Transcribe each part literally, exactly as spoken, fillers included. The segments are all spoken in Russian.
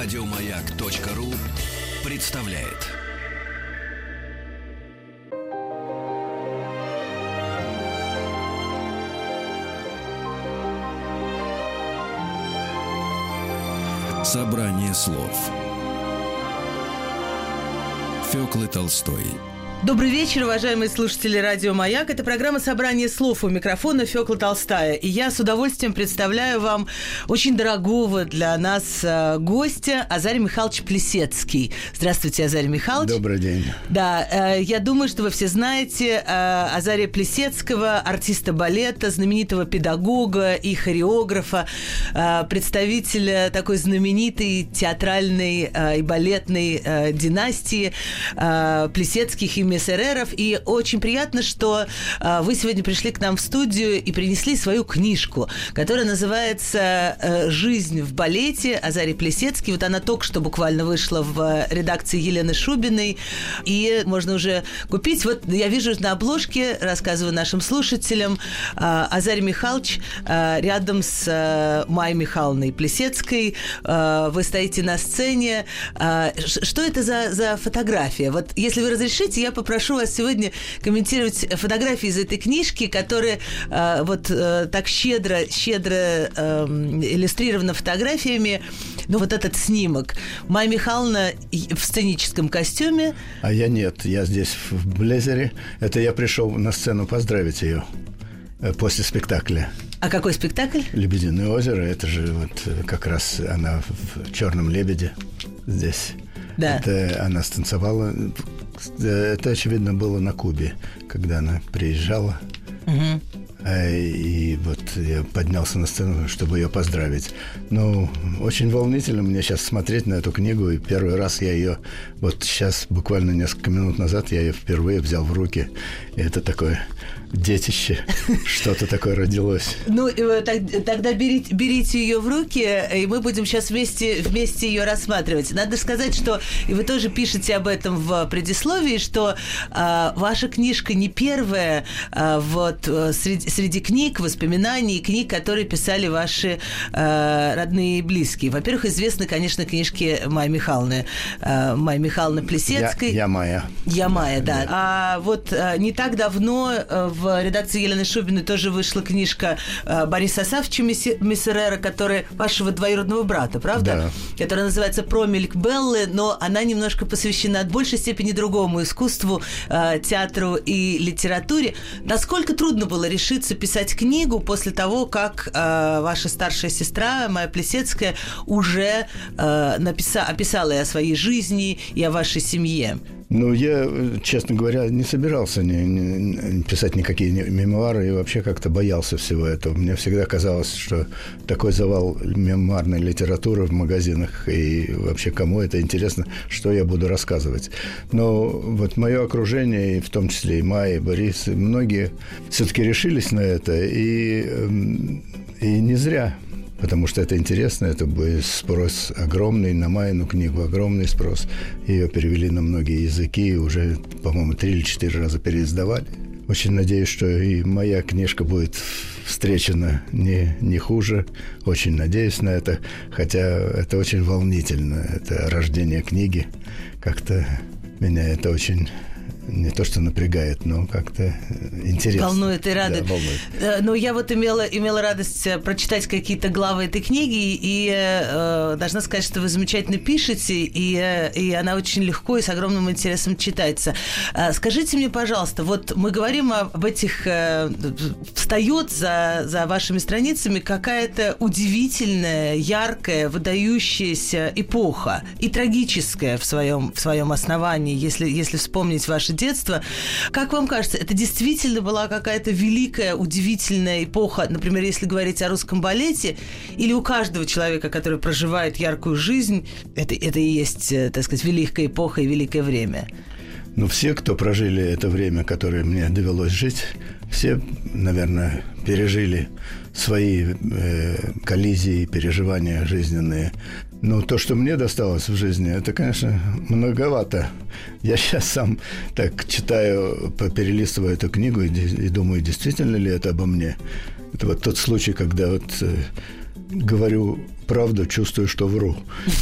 Радиомаяк.ру представляет. Собрание слов Фёклы Толстой. Добрый вечер, уважаемые слушатели Радио Маяк. Это программа «Собрание слов», у микрофона Фёкла Толстая. И я с удовольствием представляю вам очень дорогого для нас э, гостя Азарий Михайлович Плисецкий. Здравствуйте, Азарий Михайлович. Добрый день. Да, э, я думаю, что вы все знаете э, Азария Плисецкого, артиста балета, знаменитого педагога и хореографа, э, представителя такой знаменитой театральной э, и балетной э, династии э, Плисецких и Мессереров. И очень приятно, что э, вы сегодня пришли к нам в студию и принесли свою книжку, которая называется э, «Жизнь в балете» Азарий Плисецкий. Вот она только что буквально вышла в редакции Елены Шубиной, и можно уже купить. Вот я вижу на обложке, рассказываю нашим слушателям, э, Азарий Михайлович э, рядом с э, Майей Михайловной Плисецкой. Э, вы стоите на сцене. Э, что это за, за фотография? Вот если вы разрешите, я попрошу вас сегодня комментировать фотографии из этой книжки, которая э, вот э, так щедро, щедро э, иллюстрирована фотографиями. Ну, вот этот снимок. Майя Михайловна в сценическом костюме. А я нет, я здесь в блейзере. Это я пришел на сцену поздравить ее после спектакля. А какой спектакль? «Лебединое озеро». Это же вот как раз она в «Черном лебеде» здесь. Да. Это она станцевала. Это, очевидно, было на Кубе, когда она приезжала. Угу. И вот я поднялся на сцену, чтобы ее поздравить. Ну, очень волнительно мне сейчас смотреть на эту книгу. И первый раз я ее... Вот сейчас, буквально несколько минут назад, я ее впервые взял в руки. И это такое детище. Что-то такое родилось. Ну, тогда берите, берите ее в руки, и мы будем сейчас вместе, вместе ее рассматривать. Надо сказать, что... И вы тоже пишете об этом в предисловии, что а, ваша книжка не первая а, вот, среди, среди книг, воспоминаний, книг, которые писали ваши а, родные и близкие. Во-первых, известны, конечно, книжки Майи Михайловны. А, Майи Михайловны Плисецкой. Я, я Майя. Я Майя, да. А вот а, не так давно в В редакции Елены Шубиной тоже вышла книжка э, Бориса Савча Мессерера, который вашего двоюродного брата, правда? Да. Которая называется «Промельк Беллы», но она немножко посвящена от большей степени другому искусству, э, театру и литературе. Насколько трудно было решиться писать книгу после того, как э, ваша старшая сестра, Майя Плисецкая, уже э, написа- описала и о своей жизни, и о вашей семье? Ну, я, честно говоря, не собирался не, не, писать никакие мемуары и вообще как-то боялся всего этого. Мне всегда казалось, что такой завал мемуарной литературы в магазинах, и вообще кому это интересно, что я буду рассказывать. Но вот мое окружение, и в том числе и Майя, и Борис, и многие все-таки решились на это, и, и не зря. Потому что это интересно, это будет спрос огромный, на Майину книгу огромный спрос. Ее перевели на многие языки, уже, по-моему, три или четыре раза переиздавали. Очень надеюсь, что и моя книжка будет встречена не, не хуже. Очень надеюсь на это, хотя это очень волнительно. Это рождение книги. Как-то меня это очень... не то, что напрягает, но как-то интересно. Волнует и радует. Да, волнует. Но я вот имела, имела радость прочитать какие-то главы этой книги, и э, должна сказать, что вы замечательно пишете, и, и она очень легко и с огромным интересом читается. Скажите мне, пожалуйста, вот мы говорим об этих... Э, встает за, за вашими страницами какая-то удивительная, яркая, выдающаяся эпоха, и трагическая в своем, в своем основании, если, если вспомнить ваши детства. Как вам кажется, это действительно была какая-то великая, удивительная эпоха, например, если говорить о русском балете, или у каждого человека, который проживает яркую жизнь, это, это и есть, так сказать, великая эпоха и великое время? Ну, все, кто прожили это время, которое мне довелось жить, все, наверное, пережили свои э, коллизии, переживания жизненные. Но то, что мне досталось в жизни, это, конечно, многовато. Я сейчас сам так читаю, перелистываю эту книгу и, и думаю, действительно ли это обо мне. Это вот тот случай, когда вот говорю правду, чувствую, что вру.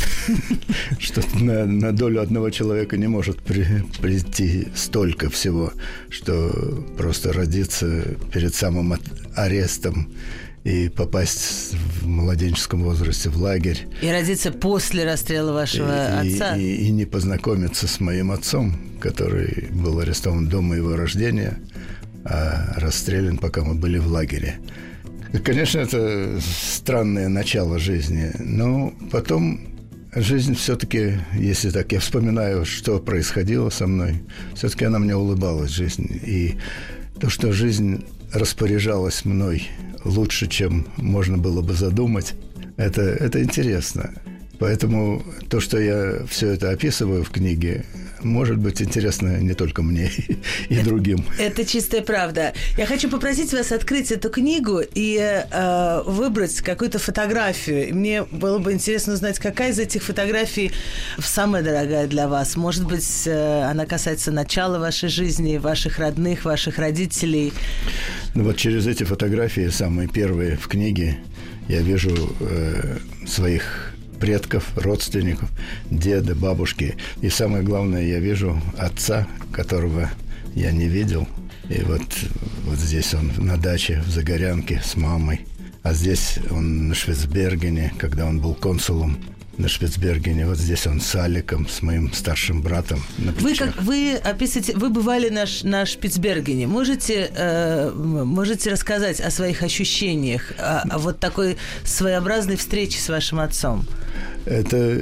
Что на, на долю одного человека не может при, прийти столько всего, что просто родиться перед самым от, арестом и попасть в младенческом возрасте в лагерь. И родиться после расстрела вашего и, отца. И, и, и не познакомиться с моим отцом, который был арестован до моего рождения, а расстрелян, пока мы были в лагере. Конечно, это странное начало жизни, но потом жизнь все-таки, если так я вспоминаю, что происходило со мной, все-таки она мне улыбалась, жизнь. И то, что жизнь распоряжалась мной лучше, чем можно было бы задумать, это, это интересно. Поэтому то, что я все это описываю в книге, может быть интересно не только мне и это, другим. Это чистая правда. Я хочу попросить вас открыть эту книгу и э, выбрать какую-то фотографию. И мне было бы интересно узнать, какая из этих фотографий самая дорогая для вас. Может быть, э, она касается начала вашей жизни, ваших родных, ваших родителей. Ну вот через эти фотографии, самые первые в книге, я вижу э, своих предков, родственников, деда, бабушки. И самое главное, я вижу отца, которого я не видел. И вот, вот здесь он на даче в Загорянке с мамой. А здесь он на Шпицбергене, когда он был консулом на Шпицбергене. Вот здесь он с Аликом, с моим старшим братом. Вы, как, вы описываете, вы бывали на, на Шпицбергене. Можете, э, можете рассказать о своих ощущениях, о, о вот такой своеобразной встрече с вашим отцом? Это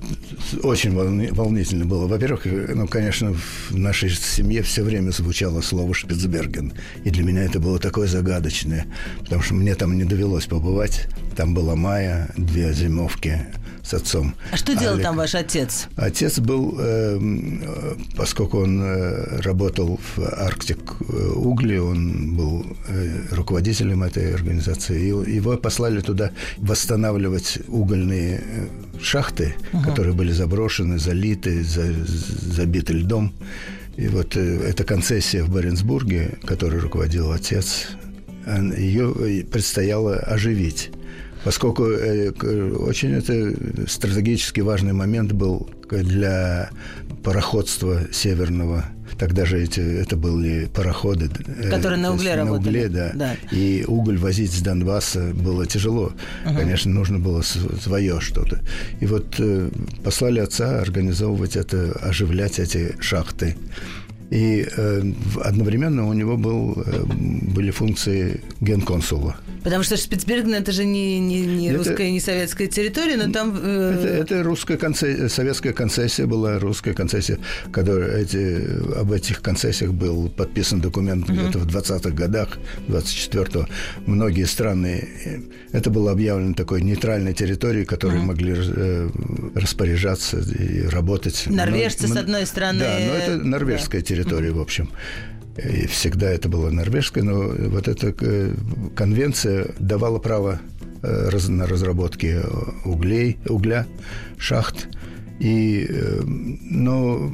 очень волнительно было. Во-первых, ну, конечно, в нашей семье все время звучало слово «Шпицберген». И для меня это было такое загадочное, потому что мне там не довелось побывать. Там была Майя, две зимовки с отцом. А что делал Алик. Там ваш отец? Отец был, э, поскольку он э, работал в Арктик Угли, он был э, руководителем этой организации, и его послали туда восстанавливать угольные шахты, угу. которые были заброшены, залиты, за, забиты льдом. И вот э, эта концессия в Баренцбурге, которой руководил отец, ее предстояло оживить. Поскольку э, очень это стратегически важный момент был для пароходства северного. Тогда же эти, это были пароходы. Которые э, на угле работали. На угле, да. да. И уголь возить с Донбасса было тяжело. Угу. Конечно, нужно было свое что-то. И вот э, послали отца организовывать это, оживлять эти шахты. И э, одновременно у него был, э, были функции генконсула. Потому что Шпицберген – это же не, не, не это, русская, не советская территория, но там… Э... Это, это русская концессия, советская концессия была, русская концессия, когда эти, об этих концессиях был подписан документ uh-huh. где-то в двадцатых годах, двадцать четвёртого. Многие страны… Это было объявлено такой нейтральной территорией, которой uh-huh. могли э, распоряжаться и работать. Норвежцы, но, с одной стороны… Да, но это норвежская да. территория, uh-huh. в общем. И всегда это было норвежское, но вот эта конвенция давала право на разработки углей, угля, шахт. И, но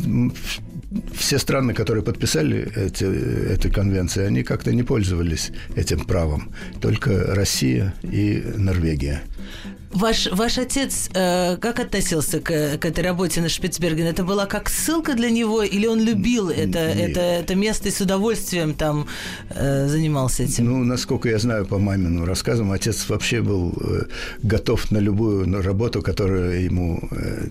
все страны, которые подписали эти, эту конвенцию, они как-то не пользовались этим правом. Только Россия и Норвегия. Ваш, ваш отец э, как относился к, к этой работе на Шпицберген? Это была как ссылка для него, или он любил это, это, это место и с удовольствием там э, занимался этим? Ну, насколько я знаю по мамину рассказам, отец вообще был э, готов на любую работу, которую ему э,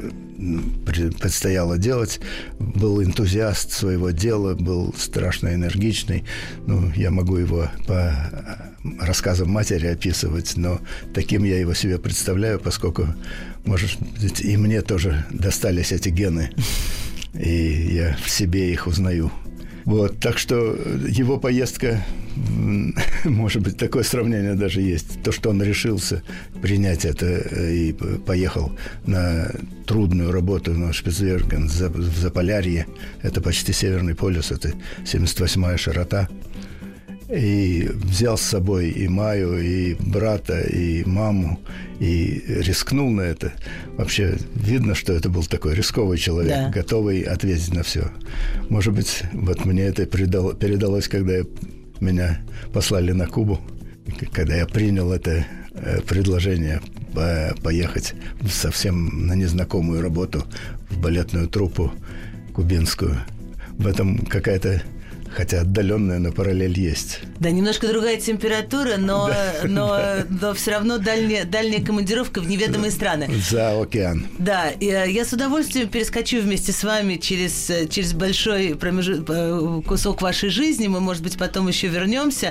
предстояло делать. Был энтузиаст своего дела, был страшно энергичный. Ну, я могу его по рассказам матери описывать, но таким я его себе представляю, поскольку, может быть, и мне тоже достались эти гены, и я в себе их узнаю. Вот, так что его поездка, может быть, такое сравнение даже есть. То, что он решился принять это и поехал на трудную работу на Шпицберген в Заполярье. Это почти Северный полюс, это семьдесят восьмая широта. И взял с собой и Майю, и брата, и маму, и рискнул на это. Вообще видно, что это был такой рисковый человек, да. готовый ответить на все. Может быть, вот мне это передало, передалось, когда я, меня послали на Кубу, когда я принял это предложение поехать совсем на незнакомую работу в балетную труппу кубинскую. В этом какая-то, хотя отдаленная, но параллель есть. Да, немножко другая температура, но, да, но, да. но все равно дальняя, дальняя командировка в неведомые страны. За океан. Да, и я с удовольствием перескочу вместе с вами через, через большой промежут... кусок вашей жизни. Мы, может быть, потом еще вернемся.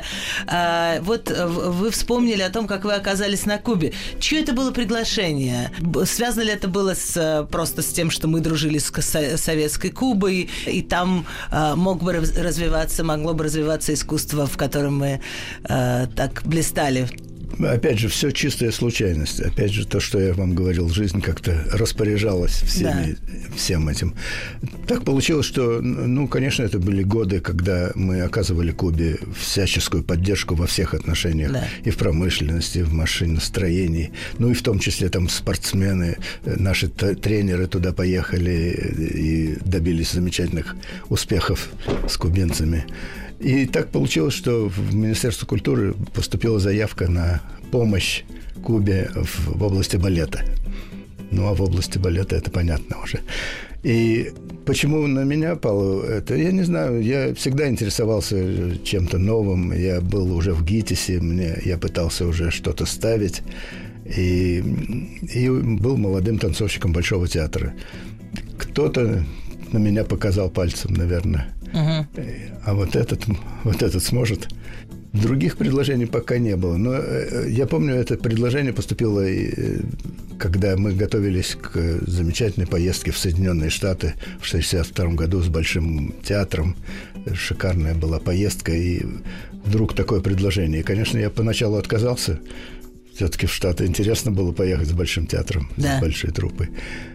Вот вы вспомнили о том, как вы оказались на Кубе. Чье это было приглашение? Связано ли это было с, просто с тем, что мы дружили с советской Кубой, и там мог бы развиваться, могло бы развиваться искусство, в котором которым мы э, так блистали? Опять же, все чистая случайность. Опять же, то, что я вам говорил, жизнь как-то распоряжалась всеми, да. всем этим. Так получилось, что, ну, конечно, это были годы, когда мы оказывали Кубе всяческую поддержку во всех отношениях. Да. И в промышленности, и в машиностроении. Ну, и в том числе там спортсмены, наши тренеры туда поехали и добились замечательных успехов с кубинцами. И так получилось, что в Министерство культуры поступила заявка на помощь Кубе в, в области балета. Ну, а в области балета это понятно уже. И почему на меня пало это, я не знаю. Я всегда интересовался чем-то новым. Я был уже в ГИТИСе, мне, я пытался уже что-то ставить. И, и был молодым танцовщиком Большого театра. Кто-то на меня показал пальцем, наверное. Uh-huh. А вот этот, вот этот сможет. Других предложений пока не было. Но я помню, это предложение поступило, когда мы готовились к замечательной поездке в Соединенные Штаты в шестьдесят втором году с Большим театром. Шикарная была поездка, и вдруг такое предложение. И, конечно, я поначалу отказался. Все-таки в Штаты интересно было поехать с Большим театром, да. с большой труппой.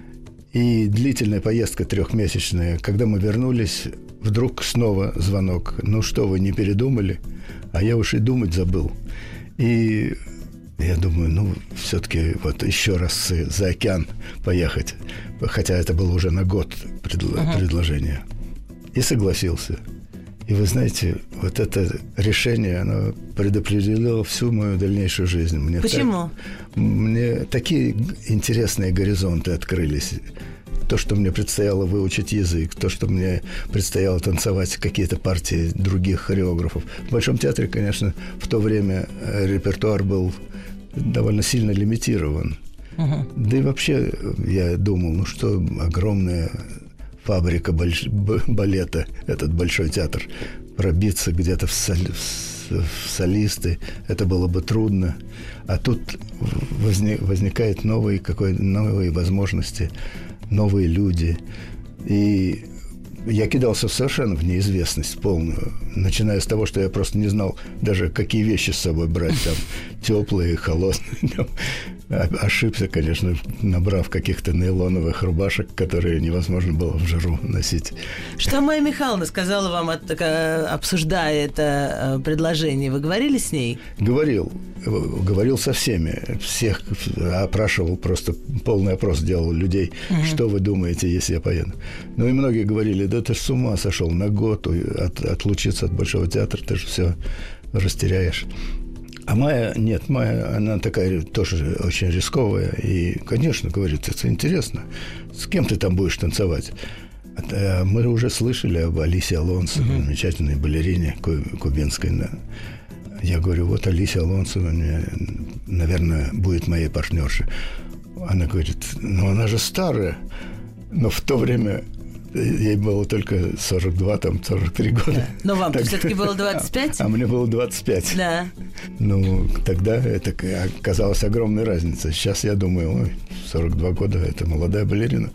И длительная поездка трехмесячная. Когда мы вернулись, вдруг снова звонок. Ну что, вы не передумали? А я уж и думать забыл. И я думаю, ну, все-таки вот еще раз за океан поехать. Хотя это было уже на год предло- uh-huh. предложение. И согласился. И вы знаете, вот это решение, оно предопределило всю мою дальнейшую жизнь. Мне Почему? Так, мне такие интересные горизонты открылись. То, что мне предстояло выучить язык, то, что мне предстояло танцевать какие-то партии других хореографов. В Большом театре, конечно, в то время репертуар был довольно сильно лимитирован. Uh-huh. Да и вообще я думал, ну что, огромная фабрика больш... балета, этот Большой театр, пробиться где-то в, сол... в солисты, это было бы трудно. А тут возник... возникают новые, какой... новые возможности, новые люди. И я кидался совершенно в неизвестность полную, начиная с того, что я просто не знал даже, какие вещи с собой брать, там, теплые, холодные. Ошибся, конечно, набрав каких-то нейлоновых рубашек, которые невозможно было в жару носить. Что Майя Михайловна сказала вам, обсуждая это предложение? Вы говорили с ней? Говорил. Говорил со всеми. Всех опрашивал, просто полный опрос делал людей. Угу. Что вы думаете, если я поеду? Ну, и многие говорили, да ты ж с ума сошел на год от, отлучиться от Большого театра, ты же все растеряешь. А Майя, нет, Майя, она такая тоже очень рисковая. И, конечно, говорит, это интересно. С кем ты там будешь танцевать? Мы уже слышали об Алисе Алонсо, uh-huh. замечательной балерине кубинской. Я говорю, вот Алиса Алонсо, наверное, будет моей партнершей. Она говорит, ну она же старая. Но в то время... Ей было только сорок два, там, сорок три года. Да. Но вам так... все-таки было двадцать пять? А, а мне было двадцать пять. Да. Ну, тогда это оказалась огромная разница. Сейчас я думаю, ой, сорок два года – это молодая балерина.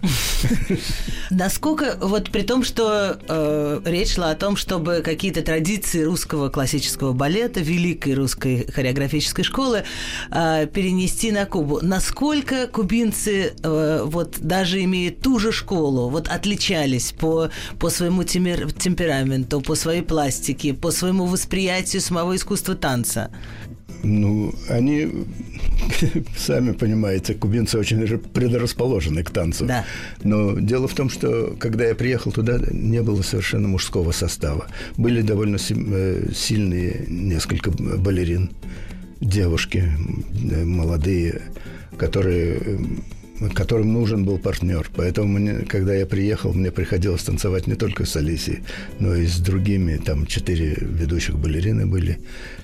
Насколько, вот при том, что э, речь шла о том, чтобы какие-то традиции русского классического балета, великой русской хореографической школы э, перенести на Кубу, насколько кубинцы, э, вот даже имея ту же школу, вот отличались по, по своему темер, темпераменту, по своей пластике, по своему восприятию самого искусства танца? Ну, они, сами понимаете, кубинцы очень предрасположены к танцу. Да. Но дело в том, что когда я приехал туда, не было совершенно мужского состава. Были довольно сильные несколько балерин. девушки молодые, которые, которым нужен был партнер. Поэтому, мне, когда я приехал, мне приходилось танцевать не только с Алисией, но и с другими. Там четыре ведущих балерины были.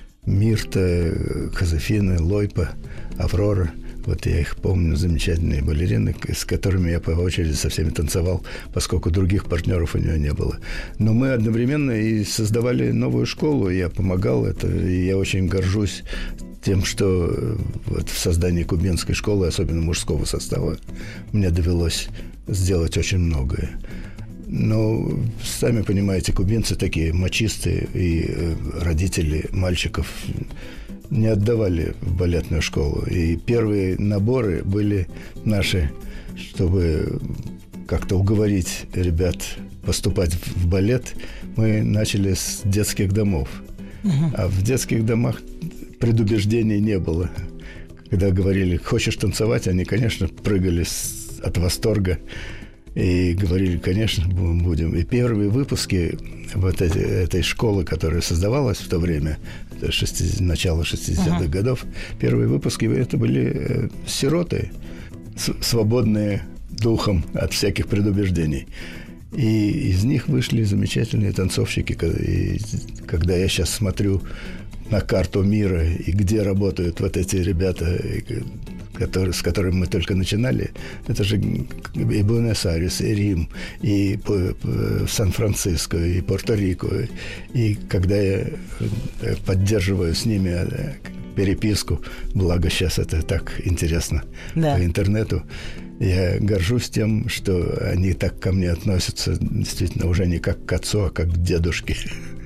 Мирта, Хозефина, Лойпа, Аврора. Вот я их помню, замечательные балерины, с которыми я по очереди со всеми танцевал, поскольку других партнеров у нее не было. Но мы одновременно и создавали новую школу, я помогал это, и я очень горжусь тем, что вот в создании кубинской школы, особенно мужского состава, мне довелось сделать очень многое. Но, сами понимаете, кубинцы такие мачисты, и родители мальчиков не отдавали в балетную школу. И первые наборы были наши, чтобы как-то уговорить ребят поступать в балет. Мы начали с детских домов. Uh-huh. А в детских домах предубеждений не было. Когда говорили, хочешь танцевать, они, конечно, прыгали с, от восторга и говорили, конечно, будем. И первые выпуски вот эти, этой школы, которая создавалась в то время, шестидесятых, начало шестидесятых uh-huh. годов, первые выпуски это были э, сироты, с, свободные духом от всяких предубеждений. И из них вышли замечательные танцовщики. И когда я сейчас смотрю на карту мира, и где работают вот эти ребята, которые, с которыми мы только начинали, это же и Буэнос-Айрес, и Рим, и Сан-Франциско, и Пуэрто-Рико. И когда я поддерживаю с ними переписку, благо сейчас это так интересно да. по интернету, я горжусь тем, что они так ко мне относятся, действительно, уже не как к отцу, а как к дедушке.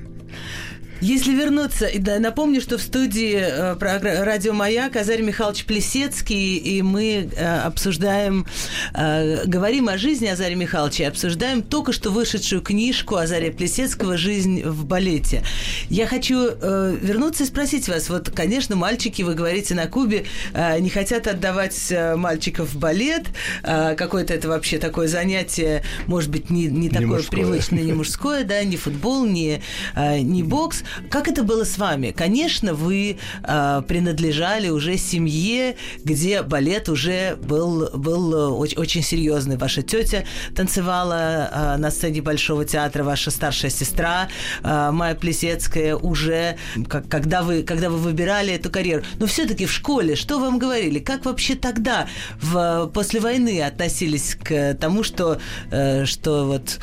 Если вернуться, да, напомню, что в студии э, радио «Маяк» Азарий Михайлович Плисецкий, и мы э, обсуждаем, э, говорим о жизни Азария Михайловича, и обсуждаем только что вышедшую книжку Азария Плисецкого «Жизнь в балете». Я хочу э, вернуться и спросить вас, вот, конечно, мальчики, вы говорите, на Кубе э, не хотят отдавать э, мальчиков в балет, э, какое-то это вообще такое занятие, может быть, не, не такое мужское. Привычное, не мужское, да, не футбол, не, э, не бокс. Как это было с вами? Конечно, вы э, принадлежали уже семье, где балет уже был, был очень, очень серьезный. Ваша тетя танцевала э, на сцене Большого театра, ваша старшая сестра э, Майя Плисецкая уже, как, когда, вы, когда вы выбирали эту карьеру. Но все-таки в школе что вам говорили? Как вообще тогда, в, после войны, относились к тому, что, э, что вот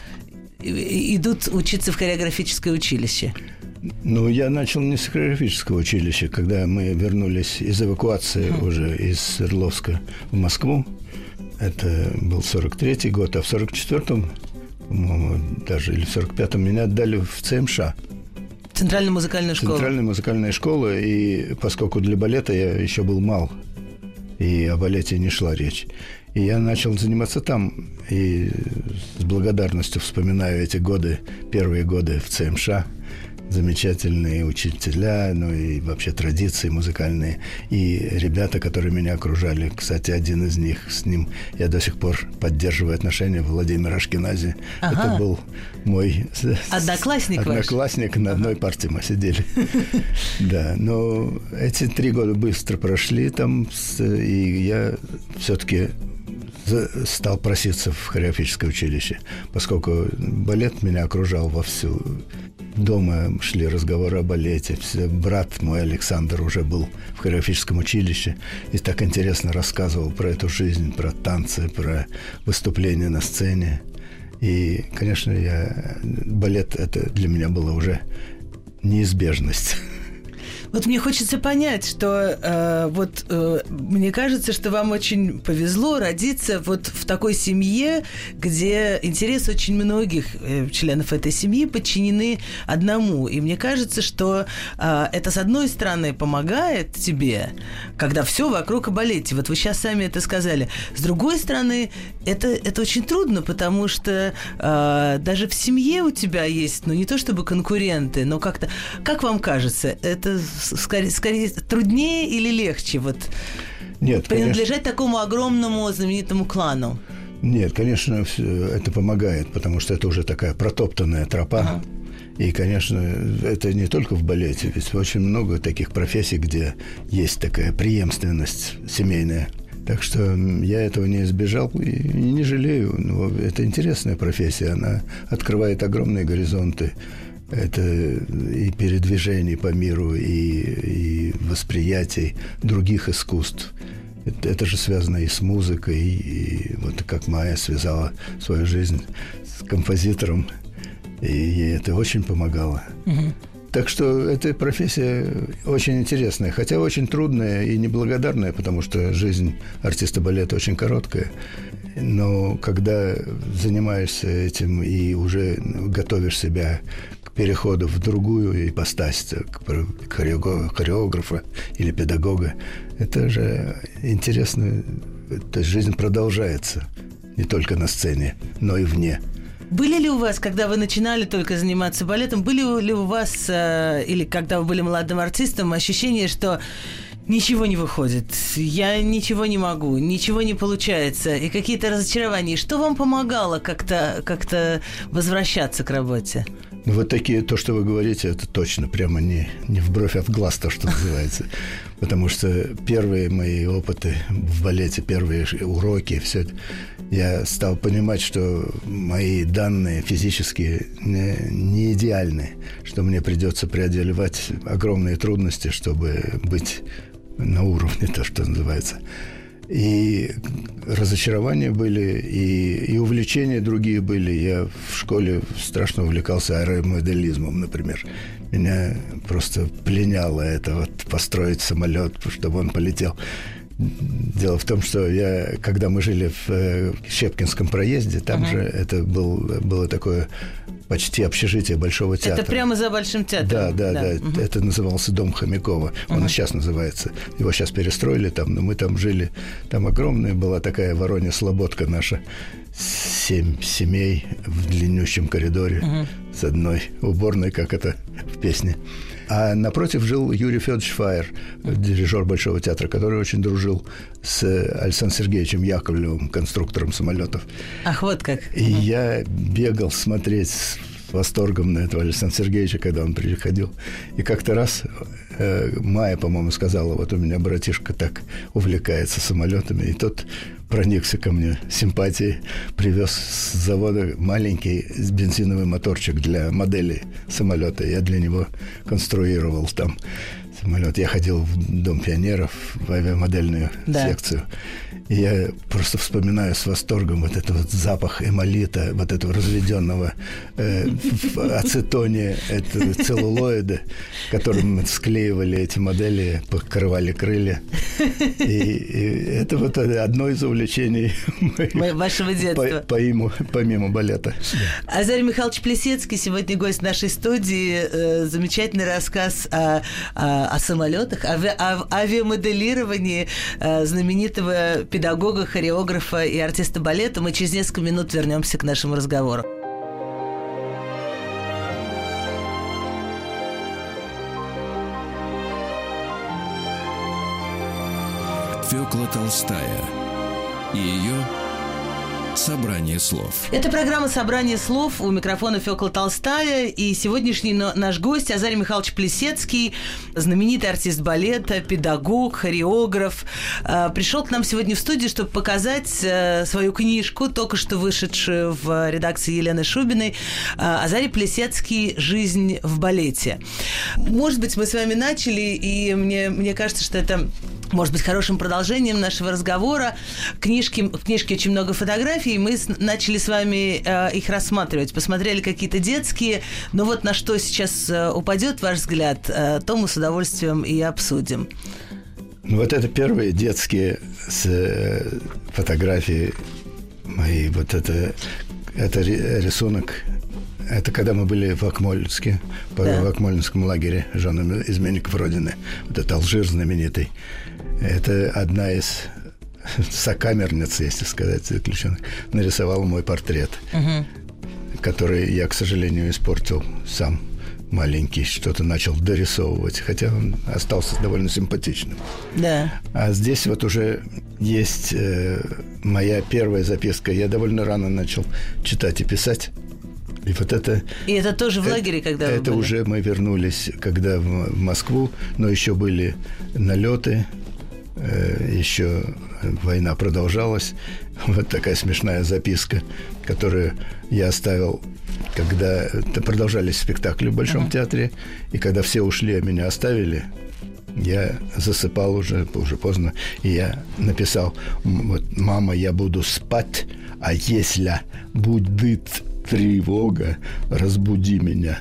идут учиться в хореографическое училище? Ну, я начал не с хореографического училища, когда мы вернулись из эвакуации mm. уже из Свердловска в Москву. Это был сорок третий год, а в сорок четвёртом, по-моему, даже или в сорок пятом меня отдали в ЦМШ. Центральная музыкальная школа. Центральная музыкальная школа, и поскольку для балета я еще был мал, и о балете не шла речь. И я начал заниматься там, и с благодарностью вспоминаю эти годы, первые годы в ЦМШ. Замечательные учителя, ну и вообще традиции музыкальные. И ребята, которые меня окружали. Кстати, один из них, с ним я до сих пор поддерживаю отношения, Владимир Ашкенази. Ага. Это был мой одноклассник, одноклассник на одной парте мы сидели. Да, но эти три года быстро прошли там, и я все-таки стал проситься в хореографическое училище, поскольку балет меня окружал вовсю. Дома шли разговоры о балете. Брат мой Александр уже был в хореографическом училище и так интересно рассказывал про эту жизнь, про танцы, про выступления на сцене. И, конечно, я... балет это для меня было уже неизбежность. Вот мне хочется понять, что э, вот э, мне кажется, что вам очень повезло родиться вот в такой семье, где интересы очень многих э, членов этой семьи подчинены одному. И мне кажется, что э, это, с одной стороны, помогает тебе, когда все вокруг о балете. Вот вы сейчас сами это сказали. С другой стороны, это, это очень трудно, потому что э, даже в семье у тебя есть, ну, не то чтобы конкуренты, но как-то... Как вам кажется, это... Скорее, скорее труднее или легче вот Нет, принадлежать конечно. такому огромному знаменитому клану? Нет, конечно, это помогает, потому что это уже такая протоптанная тропа. Ага. И, конечно, это не только в балете, ведь очень много таких профессий, где есть такая преемственность семейная. Так что я этого не избежал и не жалею. Но это интересная профессия, она открывает огромные горизонты. Это и передвижений по миру, и, и восприятий других искусств. Это, это же связано и с музыкой, и, и вот как Майя связала свою жизнь с композитором, и ей это очень помогало. Угу. Так что эта профессия очень интересная, хотя очень трудная и неблагодарная, потому что жизнь артиста балета очень короткая. Но когда занимаешься этим и уже готовишь себя к переходу в другую ипостась, к хореографа или педагога, это же интересно. То есть жизнь продолжается не только на сцене, но и вне. Были ли у вас, когда вы начинали только заниматься балетом, были ли у вас, э, или когда вы были молодым артистом, ощущение, что ничего не выходит, я ничего не могу, ничего не получается, и какие-то разочарования? Что вам помогало как-то, как-то возвращаться к работе? Ну, вот такие, то, что вы говорите, это точно прямо не, не в бровь, а в глаз, то, что называется. Потому что первые мои опыты в балете, первые уроки, все это, я стал понимать, что мои данные физические не, не идеальны, что мне придется преодолевать огромные трудности, чтобы быть на уровне, то, что называется. И разочарования были, и, и увлечения другие были. Я в школе страшно увлекался аэромоделизмом, например. Меня просто пленяло это, вот построить самолет, чтобы он полетел. Дело в том, что я, когда мы жили в Щепкинском проезде, там uh-huh. же это был, было такое почти общежитие Большого театра. Это прямо за Большим театром? Да, да, да. да. Uh-huh. Это назывался Дом Хомякова. Он uh-huh. и сейчас называется. Его сейчас перестроили там, но мы там жили. Там огромная была такая Воронья-Слободка наша. Семь семей в длиннющем коридоре uh-huh. с одной уборной, как это в песне. А напротив жил Юрий Федорович Фаер, дирижер Большого театра, который очень дружил с Александром Сергеевичем Яковлевым, конструктором самолетов. Ах, вот как. И угу. я бегал смотреть с восторгом на этого Александра Сергеевича, когда он приходил. И как-то раз э, Майя, по-моему, сказала, вот у меня братишка так увлекается самолетами, и тот проникся ко мне симпатией, привез с завода маленький бензиновый моторчик для модели самолета. Я для него конструировал там самолет. Я ходил в Дом пионеров, в авиамодельную да. секцию. И я просто вспоминаю с восторгом вот этот вот запах эмолита, вот этого разведенного э, в ацетоне этого целлулоида, которым мы склеивали эти модели, покрывали крылья. И, и это вот одно из увлечений моих, вашего детства. По, по помимо балета. Азарий Михайлович Плесецкий сегодня гость нашей студии. Э, замечательный рассказ о, о, о самолетах, о, о авиамоделировании э, знаменитого педагога, хореографа и артиста балета. Мы через несколько минут вернемся к нашему разговору. Фёкла Толстая и ее «Собрание слов». Это программа «Собрание слов». У микрофона Фёкла Толстая. И сегодняшний наш гость Азарий Михайлович Плесецкий, знаменитый артист балета, педагог, хореограф. Пришел к нам сегодня в студию, чтобы показать свою книжку, только что вышедшую в редакции Елены Шубиной, «Азарий Плесецкий. Жизнь в балете». Может быть, мы с вами начали, и мне, мне кажется, что это может быть хорошим продолжением нашего разговора. Книжки, в книжке очень много фотографий, мы с, начали с вами э, их рассматривать. Посмотрели какие-то детские, но вот на что сейчас э, упадет ваш взгляд, э, то мы с удовольствием и обсудим. Ну, вот это первые детские с, э, фотографии мои. Вот это, это рисунок. Это когда мы были в Акмолинске, да. в Акмолинском лагере жен изменников Родины. Вот это Алжир знаменитый. Это одна из сокамерниц, если сказать, заключенных, нарисовала мой портрет, угу. который я, к сожалению, испортил сам маленький, что-то начал дорисовывать, хотя он остался довольно симпатичным. Да. А здесь вот уже есть э, моя первая записка. Я довольно рано начал читать и писать. И вот это... И это тоже в лагере, это, когда вы Это были? уже мы вернулись, когда в, в Москву, но еще были налеты, э, еще война продолжалась. Вот такая смешная записка, которую я оставил, когда продолжались спектакли в Большом uh-huh. театре, и когда все ушли, а меня оставили, я засыпал уже, уже поздно, и я написал: вот, «Мама, я буду спать, а если будет тревога, разбуди меня».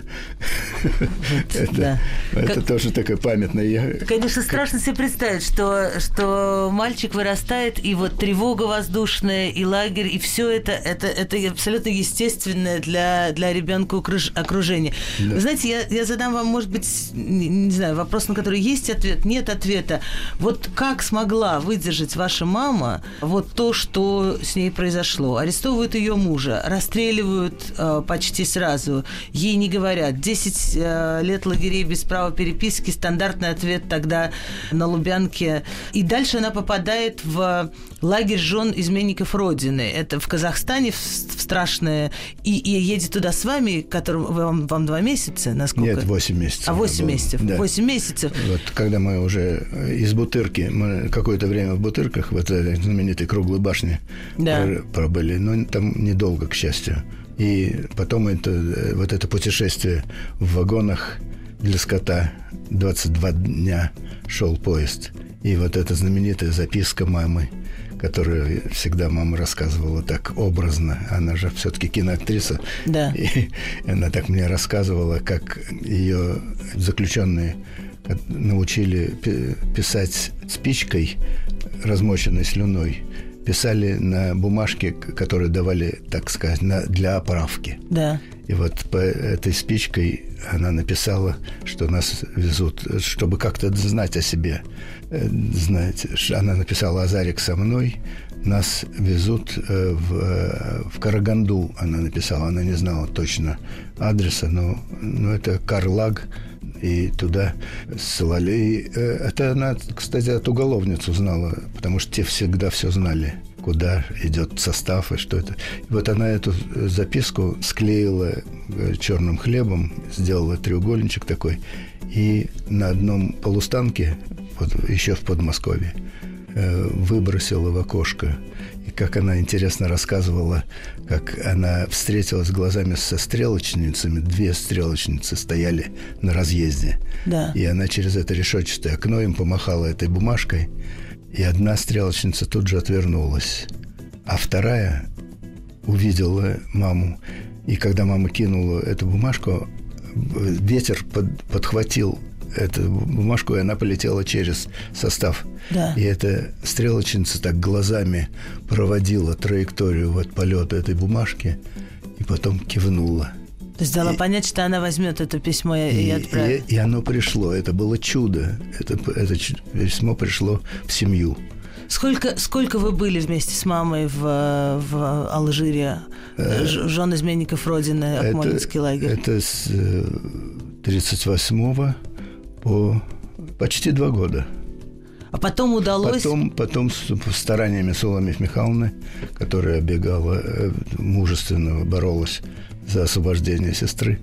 Это тоже такое памятное. Конечно, страшно себе представить, что мальчик вырастает, и вот тревога воздушная, и лагерь, и все это, это абсолютно естественное для ребенка окружение. Вы знаете, я задам вам, может быть, не знаю, вопрос, на который есть ответ, нет ответа. Вот как смогла выдержать ваша мама вот то, что с ней произошло? Арестовывают ее мужа, расстреливают почти сразу. Ей не говорят. Десять лет лагерей без права переписки. Стандартный ответ тогда на Лубянке. И дальше она попадает в лагерь жен изменников Родины. Это в Казахстане, в, в страшное. И, и едет туда с вами, которым вам, вам два месяца, насколько? Нет, восемь месяцев. А, восемь месяцев. Да. Восемь месяцев. Вот, когда мы уже из Бутырки, мы какое-то время в Бутырках, в этой знаменитой круглой башне, да, пробыли. Но там недолго, к счастью. И потом это, вот это путешествие в вагонах для скота. двадцать два дня шел поезд. И вот эта знаменитая записка мамы, которую всегда мама рассказывала так образно. Она же все-таки киноактриса. Да. И она так мне рассказывала, как ее заключенные научили писать спичкой, размоченной слюной. Писали на бумажке, которую давали, так сказать, на, для оправки. Да. И вот по этой спичкой она написала, что нас везут, чтобы как-то знать о себе. Знаете, она написала: «Азарик со мной, нас везут в, в Караганду». Она написала, она не знала точно адреса, но, но это Карлаг. И туда ссылали. И это она, кстати, от уголовниц узнала, потому что те всегда все знали, куда идет состав и что это. И вот она эту записку склеила черным хлебом, сделала треугольничек такой, и на одном полустанке, вот, еще в Подмосковье, выбросила в окошко. И как она интересно рассказывала, как она встретилась глазами со стрелочницами. Две стрелочницы стояли на разъезде. Да. И она через это решетчатое окно им помахала этой бумажкой. И одна стрелочница тут же отвернулась. А вторая увидела маму. И когда мама кинула эту бумажку, ветер под, подхватил эту бумажку, и она полетела через состав. Да. И эта стрелочница так глазами проводила траекторию вот полета этой бумажки и потом кивнула. То есть дала и, понять, что она возьмет это письмо и, и отправит. И, и оно пришло. Это было чудо. Это, это письмо пришло в семью. Сколько, сколько вы были вместе с мамой в, в Алжире? Э, Жен изменников Родины, Акмолинский лагерь. Это с тридцать восьмого по почти два года. А потом удалось... Потом, потом с стараниями Суламиф Михайловны, которая бегала, мужественно боролась за освобождение сестры.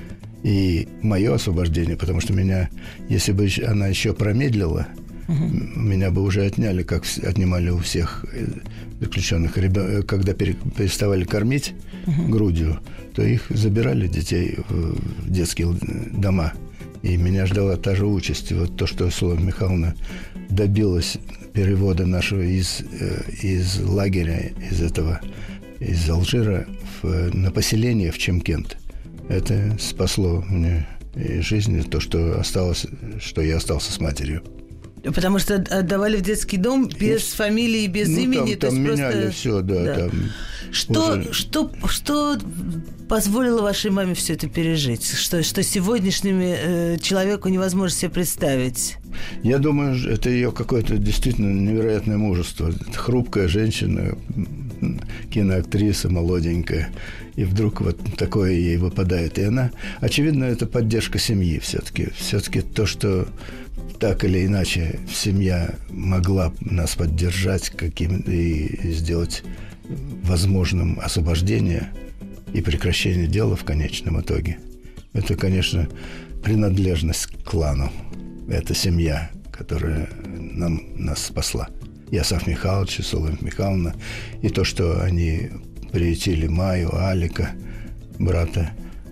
И мое освобождение, потому что меня, если бы она еще промедлила, угу. меня бы уже отняли, как отнимали у всех заключенных. Когда переставали кормить угу. грудью, то их забирали, детей, в детские дома. И меня ждала та же участь. И вот то, что Суламиф Михайловна добилась перевода нашего из, из лагеря, из этого, из Алжира в, на поселение в Чемкент. Это спасло мне жизнь, то, что осталось, что я остался с матерью. Потому что отдавали в детский дом без ну, фамилии, без ну, имени. Там, то там есть меняли просто... все, да. да. Там что, уже... что, что позволило вашей маме все это пережить? Что, что сегодняшнему э, человеку невозможно себе представить? Я думаю, это ее какое-то действительно невероятное мужество. Хрупкая женщина, киноактриса, молоденькая. И вдруг вот такое ей выпадает. И она, очевидно, это поддержка семьи все-таки. Все-таки то, что так или иначе семья могла нас поддержать каким, и сделать возможным освобождение, и прекращение дела в конечном итоге. Это, конечно, принадлежность к клану. Это семья, которая нам, нас спасла. И Асаф Михайлович, и Соломья Михайловна, и то, что они приютили Маю, Алика, брата,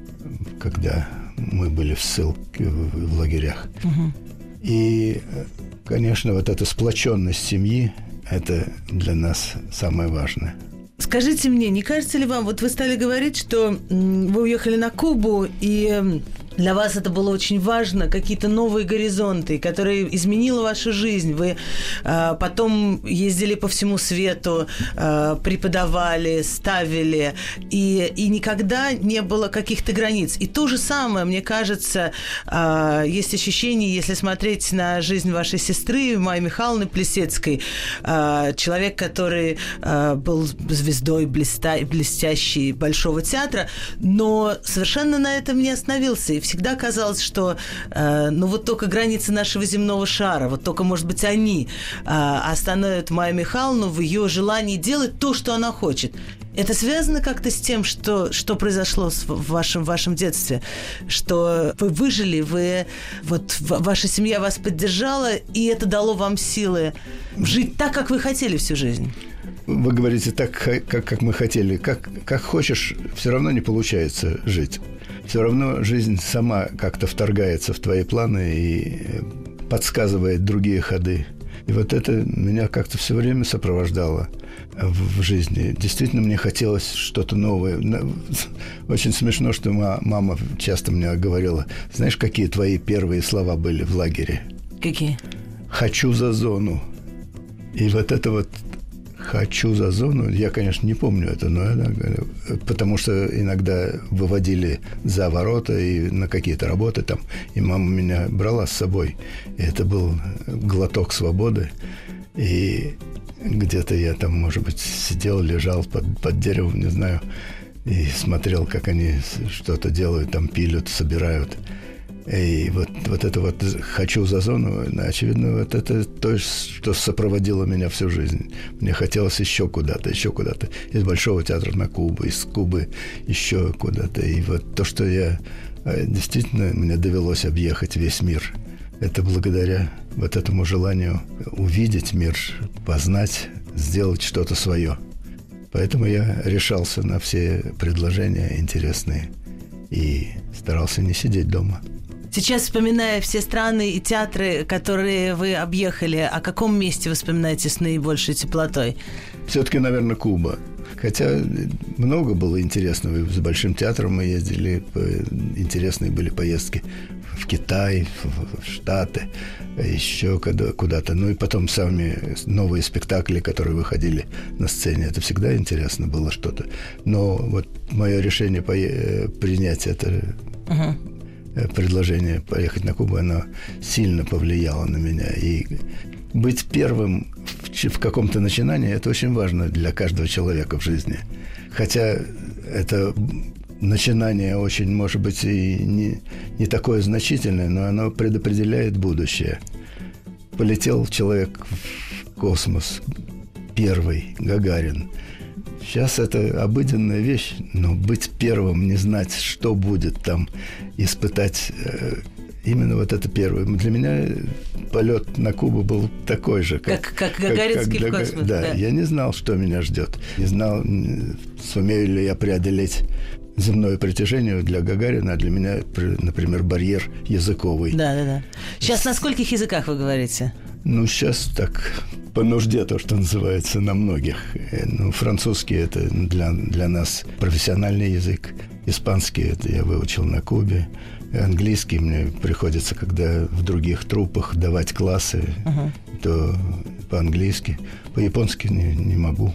когда мы были в ссылке, в, в лагерях. Угу. И, конечно, вот эта сплоченность семьи, это для нас самое важное. Скажите мне, не кажется ли вам, вот вы стали говорить, что вы уехали на Кубу, и для вас это было очень важно, какие-то новые горизонты, которые изменила вашу жизнь. Вы э, потом ездили по всему свету, э, преподавали, ставили, и, и никогда не было каких-то границ. И то же самое, мне кажется, э, есть ощущение, если смотреть на жизнь вашей сестры, Майи Михайловны Плисецкой, э, человек, который э, был звездой блеста- блестящей Большого театра, но совершенно на этом не остановился. И всегда казалось, что э, ну вот только границы нашего земного шара, вот только, может быть, они э, остановят Майю Михайловну в ее желании делать то, что она хочет. Это связано как-то с тем, что, что произошло в вашем, в вашем детстве? Что вы выжили, вы, вот, ваша семья вас поддержала, и это дало вам силы жить так, как вы хотели всю жизнь? Вы говорите так, как, как мы хотели. Как, как хочешь, все равно не получается жить. Все равно жизнь сама как-то вторгается в твои планы и подсказывает другие ходы. И вот это меня как-то все время сопровождало в, в жизни. Действительно, мне хотелось что-то новое. Очень смешно, что мама часто мне говорила: знаешь, какие твои первые слова были в лагере? Какие? «Хочу за зону». И вот это вот «хочу за зону», я, конечно, не помню это, но это, потому что иногда выводили за ворота и на какие-то работы там, и мама меня брала с собой. И это был глоток свободы. И где-то я там, может быть, сидел, лежал под, под деревом, не знаю, и смотрел, как они что-то делают, там пилят, собирают. И вот, вот это вот «хочу за зону», очевидно, вот это то, что сопроводило меня всю жизнь. Мне хотелось еще куда-то, еще куда-то. Из Большого театра на Кубу, из Кубы еще куда-то. И вот то, что я действительно, мне довелось объехать весь мир, это благодаря вот этому желанию увидеть мир, познать, сделать что-то свое. Поэтому я решался на все предложения интересные и старался не сидеть дома. Сейчас, вспоминая все страны и театры, которые вы объехали, о каком месте вы вспоминаете с наибольшей теплотой? Все-таки, наверное, Куба. Хотя много было интересного. С Большим театром мы ездили, интересные были поездки в Китай, в Штаты, еще куда-то. Ну и потом сами новые спектакли, которые выходили на сцене. Это всегда интересно было что-то. Но вот мое решение принять это... Uh-huh. предложение поехать на Кубу, оно сильно повлияло на меня. И быть первым в, в каком-то начинании – это очень важно для каждого человека в жизни. Хотя это начинание очень, может быть, и не, не такое значительное, но оно предопределяет будущее. Полетел человек в космос, первый, Гагарин. Сейчас это обыденная вещь, но быть первым, не знать, что будет там, испытать э, именно вот это первое. Для меня полет на Кубу был такой же. Как, как, как гагаринский как, как, в космос. Да, да, я не знал, что меня ждет. Не знал, сумею ли я преодолеть земное притяжение. Для Гагарина, а для меня, например, барьер языковый. Да, да, да. Сейчас на скольких языках вы говорите? Ну, сейчас так, по нужде, то, что называется, на многих. Ну, французский – это для, для нас профессиональный язык. Испанский – это я выучил на Кубе. Английский мне приходится, когда в других труппах давать классы, uh-huh. то по-английски. По-японски не, не могу.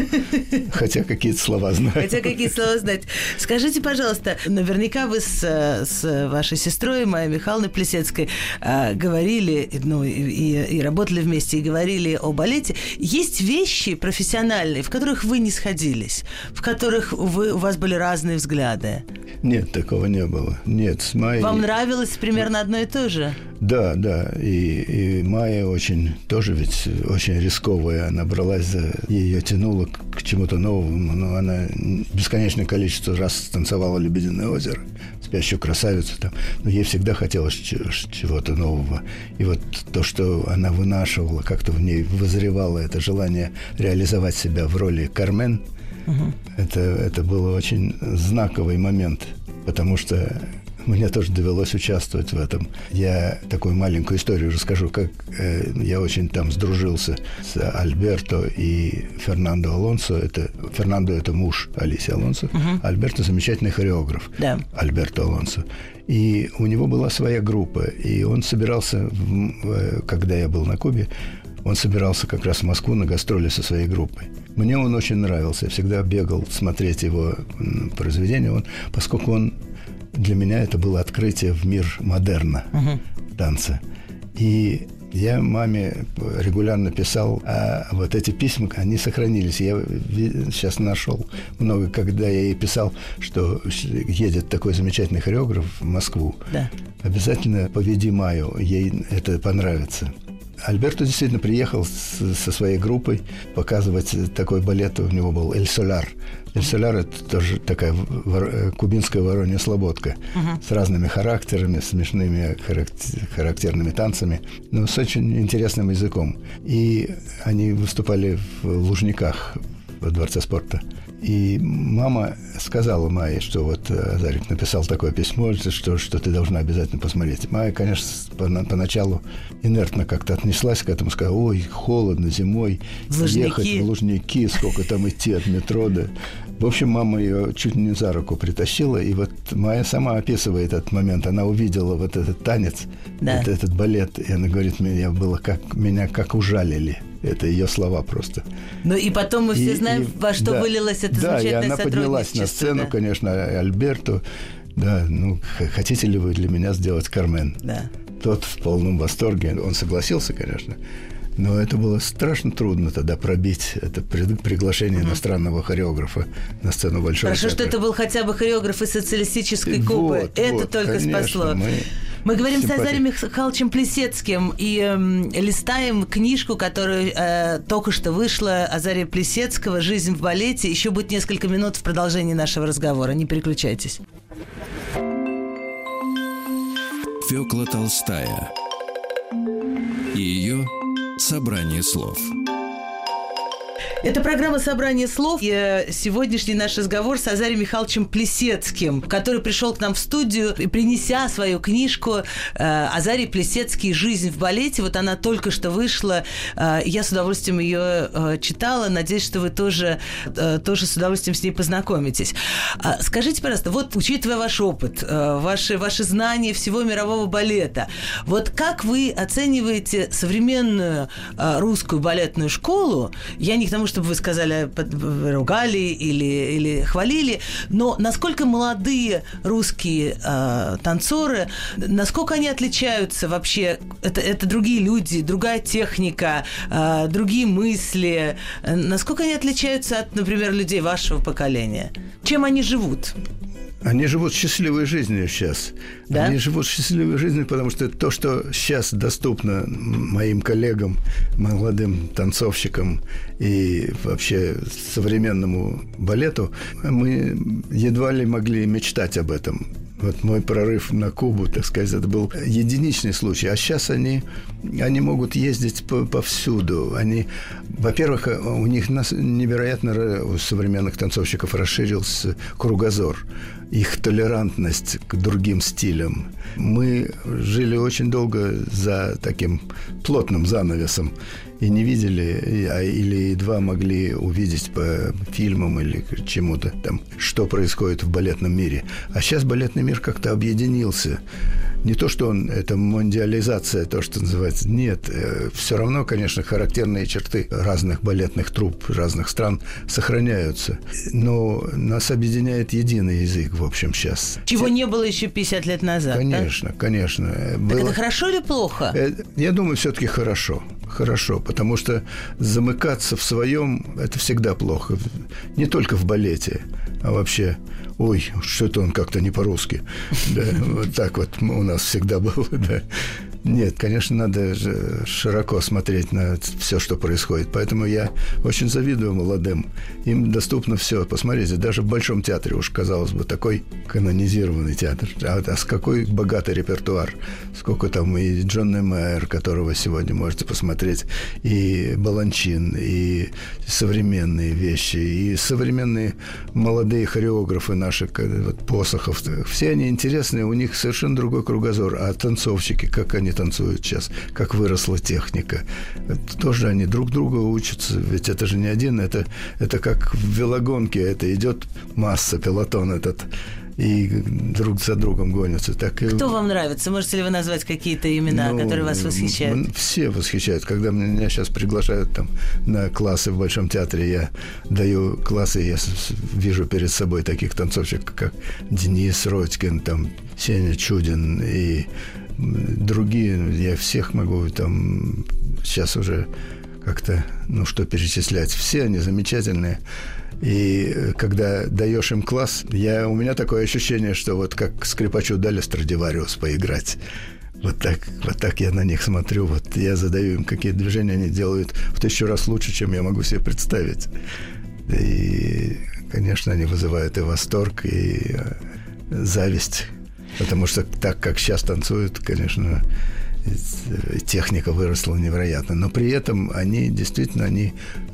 Хотя какие-то слова знаю. Хотя какие слова знать. Скажите, пожалуйста, наверняка вы с, с вашей сестрой Майей Михайловной Плисецкой э, говорили, ну, и, и работали вместе, и говорили о балете. Есть вещи профессиональные, в которых вы не сходились, в которых вы, у вас были разные взгляды? Нет, такого не было. Нет, с Майей... Вам нравилось примерно одно и то же? Да, да. И, и Майя очень, тоже ведь очень рисковая. Она бралась за... Ее тянуло к чему-то новому. Но она бесконечное количество раз танцевала «Лебединое озеро», «Спящую красавицу». Там. Но ей всегда хотелось чего-то нового. И вот то, что она вынашивала, как-то в ней вызревало это желание реализовать себя в роли Кармен, угу. это, это был очень знаковый момент, потому что мне тоже довелось участвовать в этом. Я такую маленькую историю расскажу, как э, я очень там сдружился с Альберто и Фернандо Алонсо. Это, Фернандо – это муж Алисии Алонсо. Uh-huh. Альберто – замечательный хореограф. Да. Альберто Алонсо. И у него была своя группа. И он собирался, в, когда я был на Кубе, он собирался как раз в Москву на гастроли со своей группой. Мне он очень нравился. Я всегда бегал смотреть его произведения, он, поскольку он для меня это было открытие в мир модерна, uh-huh. танца. И я маме регулярно писал, а вот эти письма, они сохранились. Я сейчас нашел много, когда я ей писал, что едет такой замечательный хореограф в Москву. Да. Обязательно поведи Майю, ей это понравится. Альберто действительно приехал с, со своей группой показывать такой балет. У него был «Эль Соляр». «Эль Соляр» – это тоже такая вор, кубинская воронья слободка uh-huh. с разными характерами, смешными характерными танцами, но с очень интересным языком. И они выступали в Лужниках, во Дворце спорта. И мама сказала Майе, что вот Азарик написал такое письмо, что, что ты должна обязательно посмотреть. Майя, конечно, поначалу инертно как-то отнеслась к этому, сказала, ой, холодно зимой, в ехать в Лужники, сколько там идти от метро до... В общем, мама ее чуть не за руку притащила, и вот Майя сама описывает этот момент. Она увидела вот этот танец, да. вот этот балет, и она говорит, меня было как, меня как ужалили. Это ее слова просто. Ну и потом мы все и, знаем, и, во что да, вылилось это да, замечательное сотрудничество. Да, и она поднялась на сцену, да. конечно, Альберто. Да, ну, хотите ли вы для меня сделать Кармен? Да. Тот в полном восторге. Он согласился, конечно. Но это было страшно трудно тогда пробить это приглашение угу. иностранного хореографа на сцену Большого Хорошо, театра. Что это был хотя бы хореограф из социалистической Кубы. Вот, это вот, только конечно, спасло. Мы, мы говорим симпатия. С Азарием Михайловичем Плисецким и э, листаем книжку, которую э, только что вышла, Азария Плисецкого «Жизнь в балете». Еще будет несколько минут в продолжении нашего разговора. Не переключайтесь. Фёкла Толстая и ее собрание слов. Это программа «Собрание слов». И сегодняшний наш разговор с Азарием Михайловичем Плисецким, который пришел к нам в студию и, принеся свою книжку «Азарий Плисецкий. Жизнь в балете». Вот она только что вышла. Я с удовольствием ее читала. Надеюсь, что вы тоже, тоже с удовольствием с ней познакомитесь. Скажите, пожалуйста, вот, учитывая ваш опыт, ваши, ваши знания всего мирового балета, вот как вы оцениваете современную русскую балетную школу? Я не к тому, чтобы вы сказали, ругали или, или хвалили, но насколько молодые русские э, танцоры, насколько они отличаются вообще, это, это другие люди, другая техника, э, другие мысли, э, насколько они отличаются от, например, людей вашего поколения? Чем они живут? Они живут счастливой жизнью сейчас. Да? Они живут счастливой жизнью, потому что то, что сейчас доступно моим коллегам, молодым танцовщикам и вообще современному балету, мы едва ли могли мечтать об этом. Вот мой прорыв на Кубу, так сказать, это был единичный случай. А сейчас они, они могут ездить по, повсюду. Они, во-первых, у них невероятно, у современных танцовщиков расширился кругозор, их толерантность к другим стилям. Мы жили очень долго за таким плотным занавесом и не видели, или едва могли увидеть по фильмам или чему-то там, что происходит в балетном мире. А сейчас балетный мир как-то объединился. Не то, что он, это мондиализация, то, что называется. Нет, все равно, конечно, характерные черты разных балетных труп разных стран сохраняются. Но нас объединяет единый язык, в общем, сейчас. Чего Те... не было еще пятьдесят лет назад, Конечно, да? конечно. Так было... это хорошо или плохо? Я думаю, все-таки хорошо. Хорошо, потому что замыкаться в своем – это всегда плохо. Не только в балете. а вообще, ой, что-то он как-то не по-русски. Да, вот так вот у нас всегда было, да. Нет, конечно, надо же широко смотреть на все, что происходит. Поэтому я очень завидую молодым. Им доступно все. Посмотрите, даже в Большом театре, уж казалось бы, такой канонизированный театр. А, а с какой богатый репертуар. Сколько там и Джон Майер, которого сегодня можете посмотреть, и Баланчин, и современные вещи, и современные молодые хореографы наши, вот Посохов. Все они интересные, у них совершенно другой кругозор. А танцовщики, как они танцуют сейчас, как выросла техника. Это тоже они друг друга учатся, ведь это же не один, это, это как в велогонке, это идет масса, пелотон этот, и друг за другом гонятся. Так и... Кто вам нравится? Можете ли вы назвать какие-то имена, ну, которые вас восхищают? Все восхищают. Когда меня сейчас приглашают там, на классы в Большом театре, я даю классы, я вижу перед собой таких танцовщиков, как Денис Родькин, там, Сеня Чудин и другие, я всех могу там сейчас уже как-то, ну, что перечислять. Все они замечательные. И когда даешь им класс, я, у меня такое ощущение, что вот как скрипачу дали Страдивариус поиграть. Вот так, вот так я на них смотрю. Вот я задаю им, какие движения они делают в тысячу раз лучше, чем я могу себе представить. И, конечно, они вызывают и восторг, и зависть. Потому что так, как сейчас танцуют, конечно, техника выросла невероятно. Но при этом они действительно они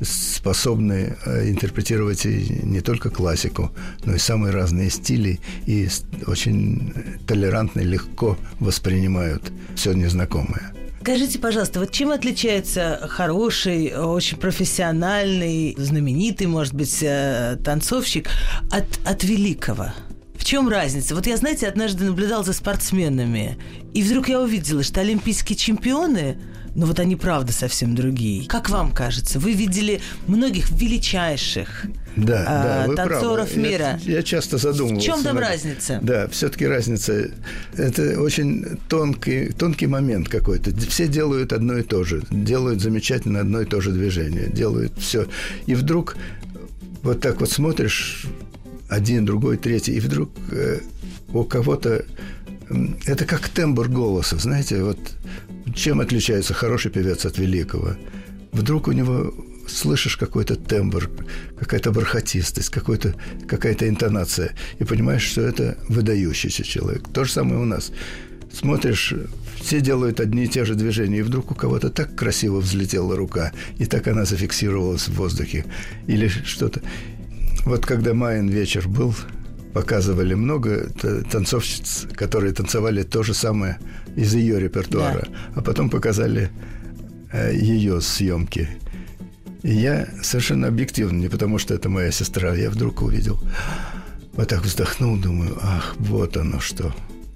способны интерпретировать и не только классику, но и самые разные стили. И очень толерантно и легко воспринимают все незнакомое. Скажите, пожалуйста, вот чем отличается хороший, очень профессиональный, знаменитый, может быть, танцовщик от, от великого? В чем разница? Вот я, знаете, однажды наблюдал за спортсменами, и вдруг я увидела, что олимпийские чемпионы, ну вот они правда совсем другие. Как вам кажется? Вы видели многих величайших да, а, да, танцоров правы. мира. Я, я часто задумывался. В чем там над... разница? Да, все-таки разница. Это очень тонкий, тонкий момент какой-то. Все делают одно и то же. Делают замечательно одно и то же движение. Делают все. И вдруг вот так вот смотришь... Один, другой, третий, и вдруг э, у кого-то... Э, это как тембр голоса, знаете, вот чем отличается хороший певец от великого? Вдруг у него слышишь какой-то тембр, какая-то бархатистость, какой-то, какая-то интонация, и понимаешь, что это выдающийся человек. То же самое у нас. Смотришь, все делают одни и те же движения, и вдруг у кого-то так красиво взлетела рука, и так она зафиксировалась в воздухе, или что-то... Вот когда Майин вечер был, показывали много танцовщиц, которые танцевали то же самое из ее репертуара, да. А потом показали э, ее съемки. И я совершенно объективно, не потому что это моя сестра, я вдруг увидел, вот так вздохнул, думаю, ах, вот оно что.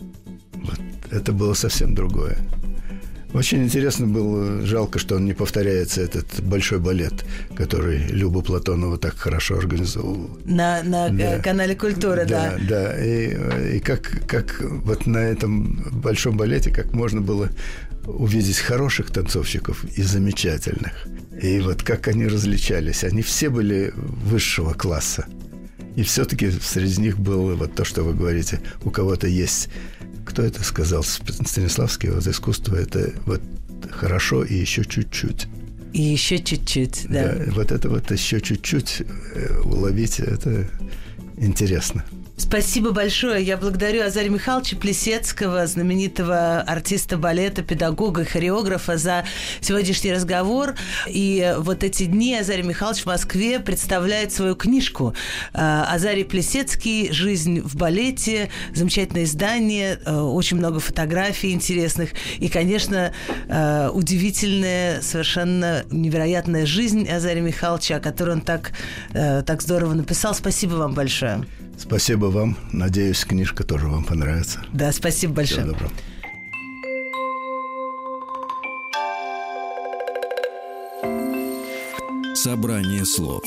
Вот, это было совсем другое. Очень интересно было, жалко, что он не повторяется, этот большой балет, который Люба Платонова так хорошо организовала. На, на да. канале «Культура», да. Да, да. И, и как, как вот на этом большом балете, как можно было увидеть хороших танцовщиков и замечательных. И вот как они различались. Они все были высшего класса. И все-таки среди них было вот то, что вы говорите, у кого-то есть... Кто это сказал? Станиславский, вот искусство – это вот хорошо и еще чуть-чуть. И еще чуть-чуть, да. Да. Вот это вот еще чуть-чуть уловить – это интересно. Спасибо большое. Я благодарю Азария Михайловича Плисецкого, знаменитого артиста балета, педагога и хореографа, за сегодняшний разговор. И вот эти дни Азарий Михайлович в Москве представляет свою книжку «Азарий Плисецкий. Жизнь в балете». Замечательное издание, очень много фотографий интересных. И, конечно, удивительная, совершенно невероятная жизнь Азария Михайловича, о которой он так, так здорово написал. Спасибо вам большое. Спасибо вам. Надеюсь, книжка тоже вам понравится. Да, спасибо большое. Всего доброго. Собрание слов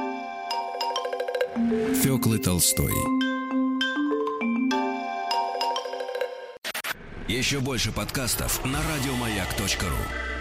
Фёклы Толстой. Еще больше подкастов на радиомаяк точка ру.